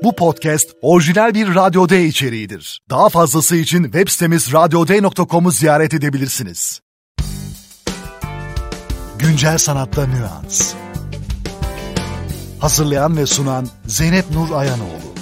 Bu podcast orijinal bir Radyo D içeriğidir. Daha fazlası için web sitemiz radyoday.com'u ziyaret edebilirsiniz. Güncel sanatta nüans. Hazırlayan ve sunan Zeynep Nur Ayanoğlu.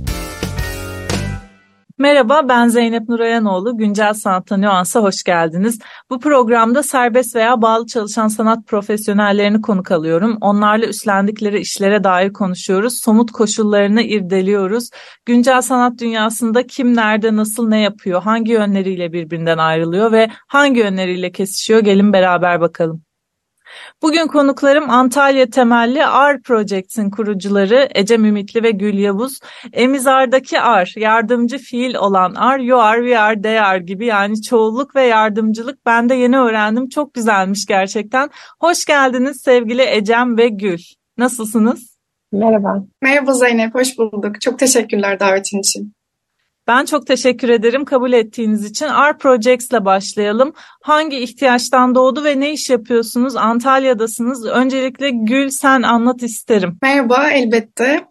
Merhaba, ben Zeynep Nur Ayanoğlu. Güncel Sanatta Nüans'a hoş geldiniz. Bu programda serbest veya bağlı çalışan sanat profesyonellerini konuk alıyorum. Onlarla üstlendikleri işlere dair konuşuyoruz. Somut koşullarını irdeliyoruz. Güncel sanat dünyasında kim nerede, nasıl, ne yapıyor, hangi yönleriyle birbirinden ayrılıyor ve hangi yönleriyle kesişiyor? Gelin beraber bakalım. Bugün konuklarım Antalya temelli AR Projects'in kurucuları Ecem Ümitli ve Gül Yavuz. Emizar'daki AR, yardımcı fiil olan AR, you are, we are, they are gibi, yani çoğulluk ve yardımcılık. Ben de yeni öğrendim. Çok güzelmiş gerçekten. Hoş geldiniz sevgili Ecem ve Gül. Nasılsınız? Merhaba. Merhaba Zeynep, hoş bulduk. Çok teşekkürler davetin için. Ben çok teşekkür ederim kabul ettiğiniz için. AR Projects'le başlayalım. Hangi ihtiyaçtan doğdu ve ne iş yapıyorsunuz? Antalya'dasınız. Öncelikle Gül, sen anlat isterim. Merhaba, elbette.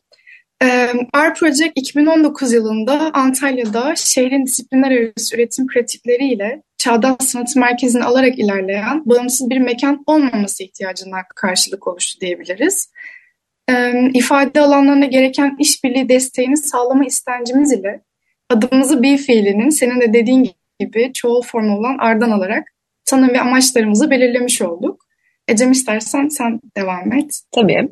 AR Project 2019 yılında Antalya'da şehrin disiplinler arası üretim pratikleriyle Çağdaş Sanat Merkezi'ni alarak ilerleyen bağımsız bir mekan olmaması ihtiyacına karşılık oluştu diyebiliriz. İfade alanlarına gereken işbirliği desteğini sağlama istencimiz ile adımızı bir fiilinin, senin de dediğin gibi çoğul formu olan A'dan alarak tanım ve amaçlarımızı belirlemiş olduk. Ecem, istersen sen devam et. Tabii.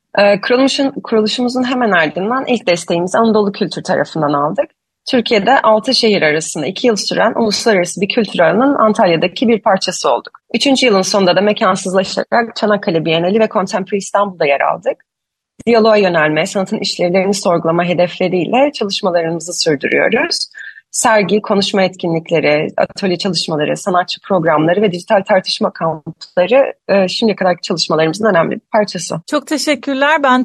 Kuruluşumuzun hemen ardından ilk desteğimizi Anadolu Kültür tarafından aldık. Türkiye'de 6 şehir arasında 2 yıl süren uluslararası bir kültür ağının Antalya'daki bir parçası olduk. 3. yılın sonunda da mekansızlaşarak Çanakkale Bienali ve Contemporary İstanbul'da yer aldık. Diyaloğa yönelme, sanatın işlevlerini sorgulama hedefleriyle çalışmalarımızı sürdürüyoruz. Sergi, konuşma etkinlikleri, atölye çalışmaları, sanatçı programları ve dijital tartışma kampları şimdiye kadarki çalışmalarımızın önemli bir parçası. Çok teşekkürler. Ben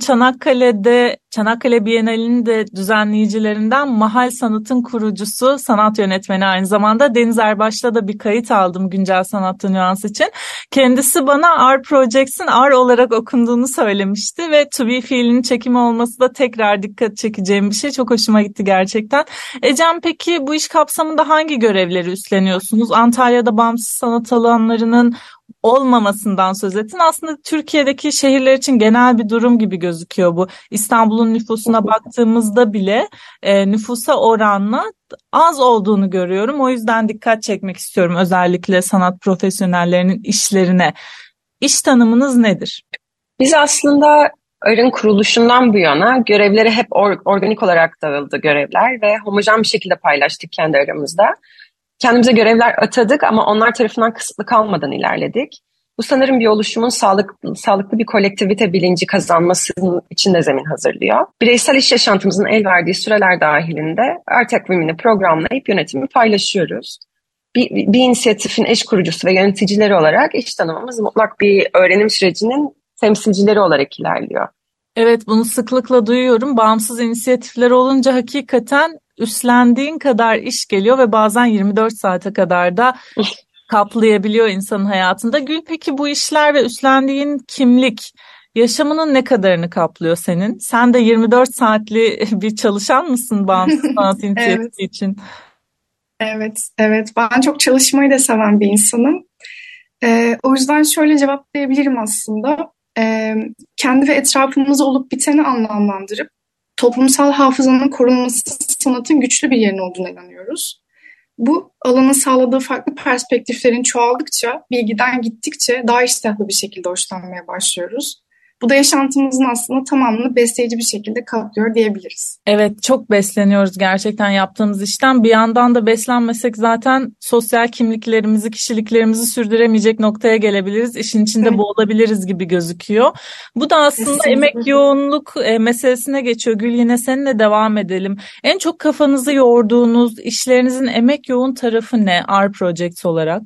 Çanakkale Bienali'nin de düzenleyicilerinden, Mahal Sanat'ın kurucusu, sanat yönetmeni aynı zamanda Deniz Erbaş'la da bir kayıt aldım Güncel Sanatta Nüans için. Kendisi bana AR Projects'in AR olarak okunduğunu söylemişti ve To Be fiilinin çekimi olması da tekrar dikkat çekeceğim bir şey. Çok hoşuma gitti gerçekten. Ecem, peki bu iş kapsamında hangi görevleri üstleniyorsunuz? Antalya'da bağımsız sanat alanlarının olmamasından söz ettin. Aslında Türkiye'deki şehirler için genel bir durum gibi gözüküyor bu. İstanbul'un nüfusuna baktığımızda bile nüfusa oranla az olduğunu görüyorum. O yüzden dikkat çekmek istiyorum özellikle sanat profesyonellerinin işlerine. İş tanımınız nedir? Biz aslında AR'ın kuruluşundan bu yana görevleri hep organik olarak dağıldı görevler ve homojen bir şekilde paylaştık kendi aramızda. Kendimize görevler atadık ama onlar tarafından kısıtlı kalmadan ilerledik. Bu sanırım bir oluşumun sağlıklı bir kolektivite bilinci kazanmasının için de zemin hazırlıyor. Bireysel iş yaşantımızın el verdiği süreler dahilinde AR takvimini programlayıp yönetimi paylaşıyoruz. Bir inisiyatifin eş kurucusu ve yöneticileri olarak iş tanımımız mutlak bir öğrenim sürecinin temsilcileri olarak ilerliyor. Evet, bunu sıklıkla duyuyorum. Bağımsız inisiyatifler olunca hakikaten üstlendiğin kadar iş geliyor ve bazen 24 saate kadar da kaplayabiliyor insanın hayatında. Gül, peki bu işler ve üstlendiğin kimlik yaşamının ne kadarını kaplıyor senin? Sen de 24 saatli bir çalışan mısın bağımsız sanat inisiyatifi için? Evet. Ben çok çalışmayı da seven bir insanım. O yüzden şöyle cevaplayabilirim aslında. Kendi ve etrafımızda olup biteni anlamlandırıp toplumsal hafızanın korunması sanatın güçlü bir yerin olduğuna inanıyoruz. Bu alanın sağladığı farklı perspektiflerin çoğaldıkça, bilgiden gittikçe daha iştahlı bir şekilde hoşlanmaya başlıyoruz. Bu da yaşantımızın aslında tamamını besleyici bir şekilde kaplıyor diyebiliriz. Evet, çok besleniyoruz gerçekten yaptığımız işten. Bir yandan da beslenmesek zaten sosyal kimliklerimizi, kişiliklerimizi sürdüremeyecek noktaya gelebiliriz. İşin içinde boğulabiliriz gibi gözüküyor. Bu da aslında emek yoğunluk meselesine geçiyor. Gül, yine seninle devam edelim. En çok kafanızı yorduğunuz, işlerinizin emek yoğun tarafı ne AR Projects olarak?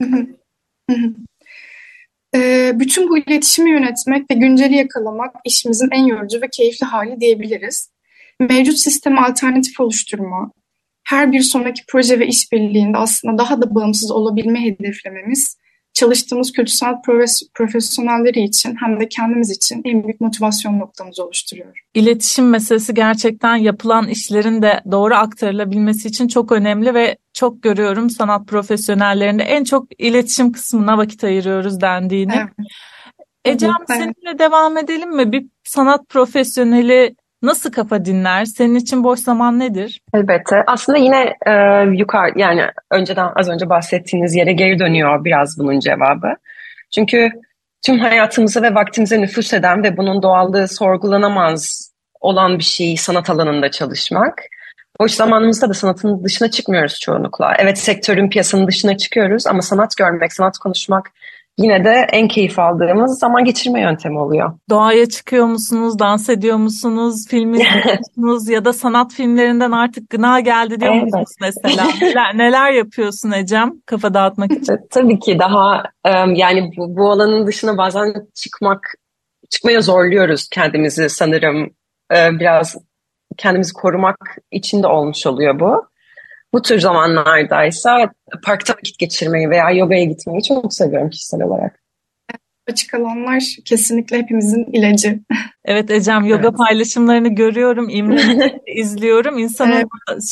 Bütün bu iletişimi yönetmek ve günceli yakalamak işimizin en yorucu ve keyifli hali diyebiliriz. Mevcut sisteme alternatif oluşturma, her bir sonraki proje ve işbirliğinde aslında daha da bağımsız olabilme hedeflememiz çalıştığımız kültürel profesyonelleri için hem de kendimiz için en büyük motivasyon noktamızı oluşturuyor. İletişim meselesi gerçekten yapılan işlerin de doğru aktarılabilmesi için çok önemli ve çok görüyorum sanat profesyonellerinde en çok iletişim kısmına vakit ayırıyoruz dendiğini. Evet. Ecem, Evet. seninle devam edelim mi? Bir sanat profesyoneli nasıl kafa dinler? Senin için boş zaman nedir? Elbette. Aslında yine yukarı, yani az önce bahsettiğiniz yere geri dönüyor biraz bunun cevabı. Çünkü tüm hayatımıza ve vaktimize nüfuz eden ve bunun doğallığı sorgulanamaz olan bir şey sanat alanında çalışmak. Boş zamanımızda da sanatın dışına çıkmıyoruz çoğunlukla. Evet, sektörün, piyasanın dışına çıkıyoruz ama sanat görmek, sanat konuşmak yine de en keyif aldığımız zaman geçirme yöntemi oluyor. Doğaya çıkıyor musunuz, dans ediyor musunuz, film izliyor musunuz ya da sanat filmlerinden artık gına geldi diyor musunuz mesela? Neler yapıyorsun Ecem kafa dağıtmak için? Tabii ki daha yani bu alanın dışına bazen çıkmaya zorluyoruz kendimizi sanırım. Biraz kendimizi korumak için de olmuş oluyor bu. Bu tür zamanlardaysa parkta vakit geçirmeyi veya yogaya gitmeyi çok seviyorum kişisel olarak. Açık alanlar kesinlikle hepimizin ilacı. Evet Ecem, yoga paylaşımlarını görüyorum, İmre'yi izliyorum. İnsanın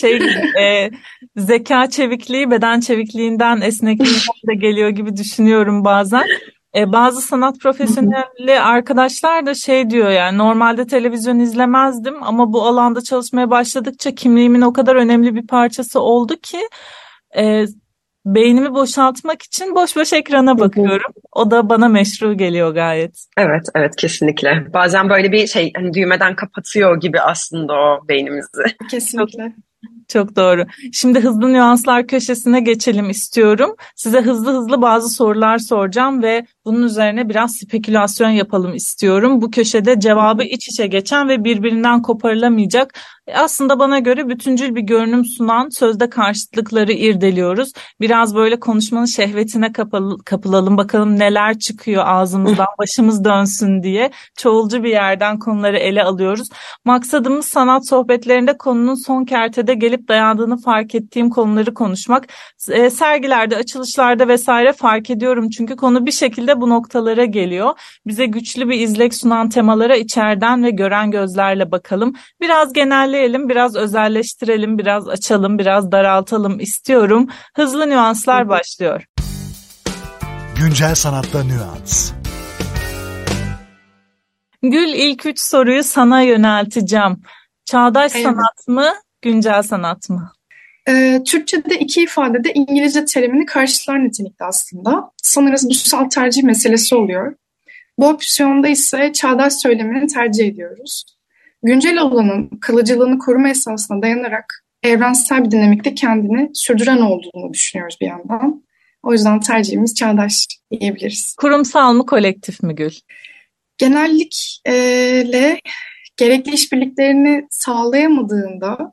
zeka çevikliği, beden çevikliğinden, esnekliğinden de geliyor gibi düşünüyorum bazen. Bazı sanat profesyoneli arkadaşlar da diyor, yani normalde televizyon izlemezdim ama bu alanda çalışmaya başladıkça kimliğimin o kadar önemli bir parçası oldu ki beynimi boşaltmak için boş boş ekrana bakıyorum. O da bana meşru geliyor gayet. Evet kesinlikle. Bazen böyle bir hani düğmeden kapatıyor gibi aslında o beynimizi. Kesinlikle. Çok doğru. Şimdi hızlı nüanslar köşesine geçelim istiyorum. Size hızlı bazı sorular soracağım ve bunun üzerine biraz spekülasyon yapalım istiyorum. Bu köşede cevabı iç içe geçen ve birbirinden koparılamayacak, aslında bana göre bütüncül bir görünüm sunan sözde karşıtlıkları irdeliyoruz. Biraz böyle konuşmanın şehvetine kapılalım, bakalım neler çıkıyor ağzımızdan, başımız dönsün diye çoğulcu bir yerden konuları ele alıyoruz. Maksadımız sanat sohbetlerinde konunun son kertede gelip dayandığını fark ettiğim konuları konuşmak. Sergilerde, açılışlarda vesaire fark ediyorum çünkü konu bir şekilde bu noktalara geliyor. Bize güçlü bir izlek sunan temalara içeriden ve gören gözlerle bakalım. Biraz genelleyelim, biraz özelleştirelim, biraz açalım, biraz daraltalım istiyorum. Hızlı nüanslar başlıyor. Güncel sanatta nüans. Gül, ilk 3 soruyu sana yönelteceğim. Çağdaş sanat mı, güncel sanat mı? Türkçe'de iki ifadede İngilizce terimini karşılar nitelikte aslında. Sanırız duyusal tercih meselesi oluyor. Bu opsiyonda ise çağdaş söylemini tercih ediyoruz. Güncel olanın kalıcılığını koruma esasına dayanarak evrensel bir dinamikte kendini sürdüren olduğunu düşünüyoruz bir yandan. O yüzden tercihimiz çağdaş diyebiliriz. Kurumsal mı, kolektif mi Gül? Genellikle gerekli işbirliklerini sağlayamadığında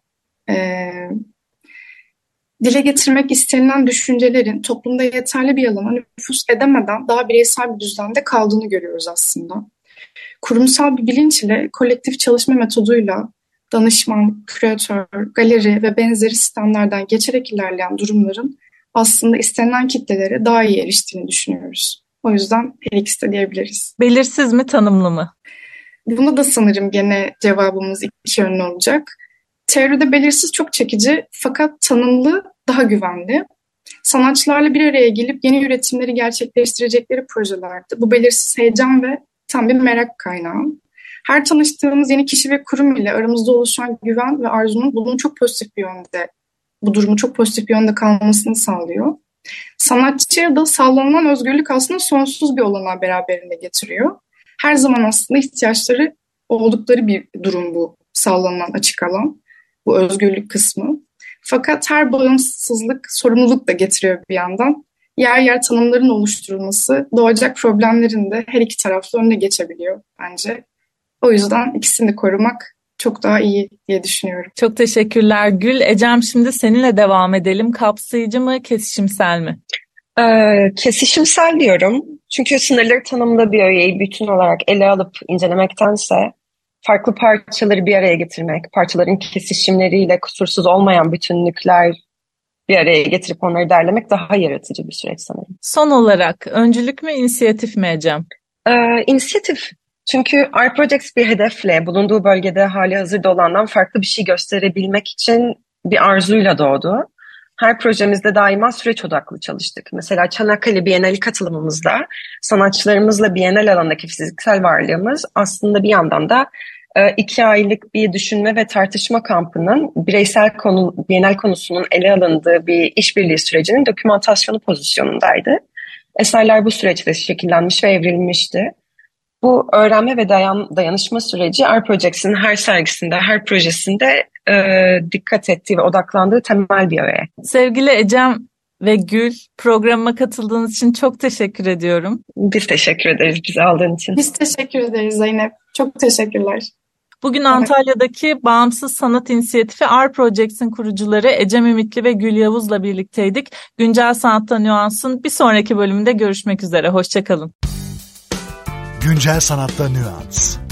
dile getirmek istenilen düşüncelerin toplumda yeterli bir alana nüfuz edemeden daha bireysel bir düzlemde kaldığını görüyoruz aslında. Kurumsal bir bilinç ile kolektif çalışma metoduyla danışman, küratör, galeri ve benzeri sistemlerden geçerek ilerleyen durumların aslında istenilen kitlelere daha iyi eriştiğini düşünüyoruz. O yüzden her ikisi de diyebiliriz. Belirsiz mi, tanımlı mı? Buna da sanırım gene cevabımız iki yönlü olacak. Teoride belirsiz çok çekici fakat tanımlı daha güvenli. Sanatçılarla bir araya gelip yeni üretimleri gerçekleştirecekleri projelerde bu belirsiz heyecan ve tam bir merak kaynağı. Her tanıştığımız yeni kişi ve kurum ile aramızda oluşan güven ve arzunun bu durumu çok pozitif bir yönde kalmasını sağlıyor. Sanatçıya da sağlanan özgürlük aslında sonsuz bir olanağı beraberinde getiriyor. Her zaman aslında ihtiyaçları oldukları bir durum bu sağlanan açık alan, bu özgürlük kısmı. Fakat her bağımsızlık sorumluluk da getiriyor bir yandan. Yer yer tanımların oluşturulması doğacak problemlerin de her iki taraflı önüne geçebiliyor bence. O yüzden ikisini de korumak çok daha iyi diye düşünüyorum. Çok teşekkürler Gül. Ecem, şimdi seninle devam edelim. Kapsayıcı mı, kesişimsel mi? Kesişimsel diyorum. Çünkü sınırları tanımlı bir öğeyi bütün olarak ele alıp incelemektense farklı parçaları bir araya getirmek, parçaların kesişimleriyle kusursuz olmayan bütünlükler bir araya getirip onları derlemek daha yaratıcı bir süreç sanırım. Son olarak öncülük mü, inisiyatif mi Ecem? İnisiyatif. Çünkü iProjects bir hedefle bulunduğu bölgede hali hazırda olandan farklı bir şey gösterebilmek için bir arzuyla doğdu. Her projemizde daima süreç odaklı çalıştık. Mesela Çanakkale Bienali katılımımızda sanatçılarımızla Bienal alanındaki fiziksel varlığımız aslında bir yandan da 2 aylık bir düşünme ve tartışma kampının Bienal konusunun ele alındığı bir işbirliği sürecinin dokümantasyonu pozisyonundaydı. Eserler bu süreçte şekillenmiş ve evrilmişti. Bu öğrenme ve dayanışma süreci iProjects'in her sergisinde, her projesinde dikkat ettiği ve odaklandığı temel bir öğe. Sevgili Ecem ve Gül, programıma katıldığınız için çok teşekkür ediyorum. Biz teşekkür ederiz bizi aldığın için. Biz teşekkür ederiz Zeynep. Çok teşekkürler. Bugün Antalya'daki Bağımsız Sanat İnisiyatifi iProjects'in kurucuları Ecem Ümitli ve Gül Yavuz'la birlikteydik. Güncel Sanatta Nüans'ın bir sonraki bölümünde görüşmek üzere. Hoşça kalın. Güncel Sanatta Nüans.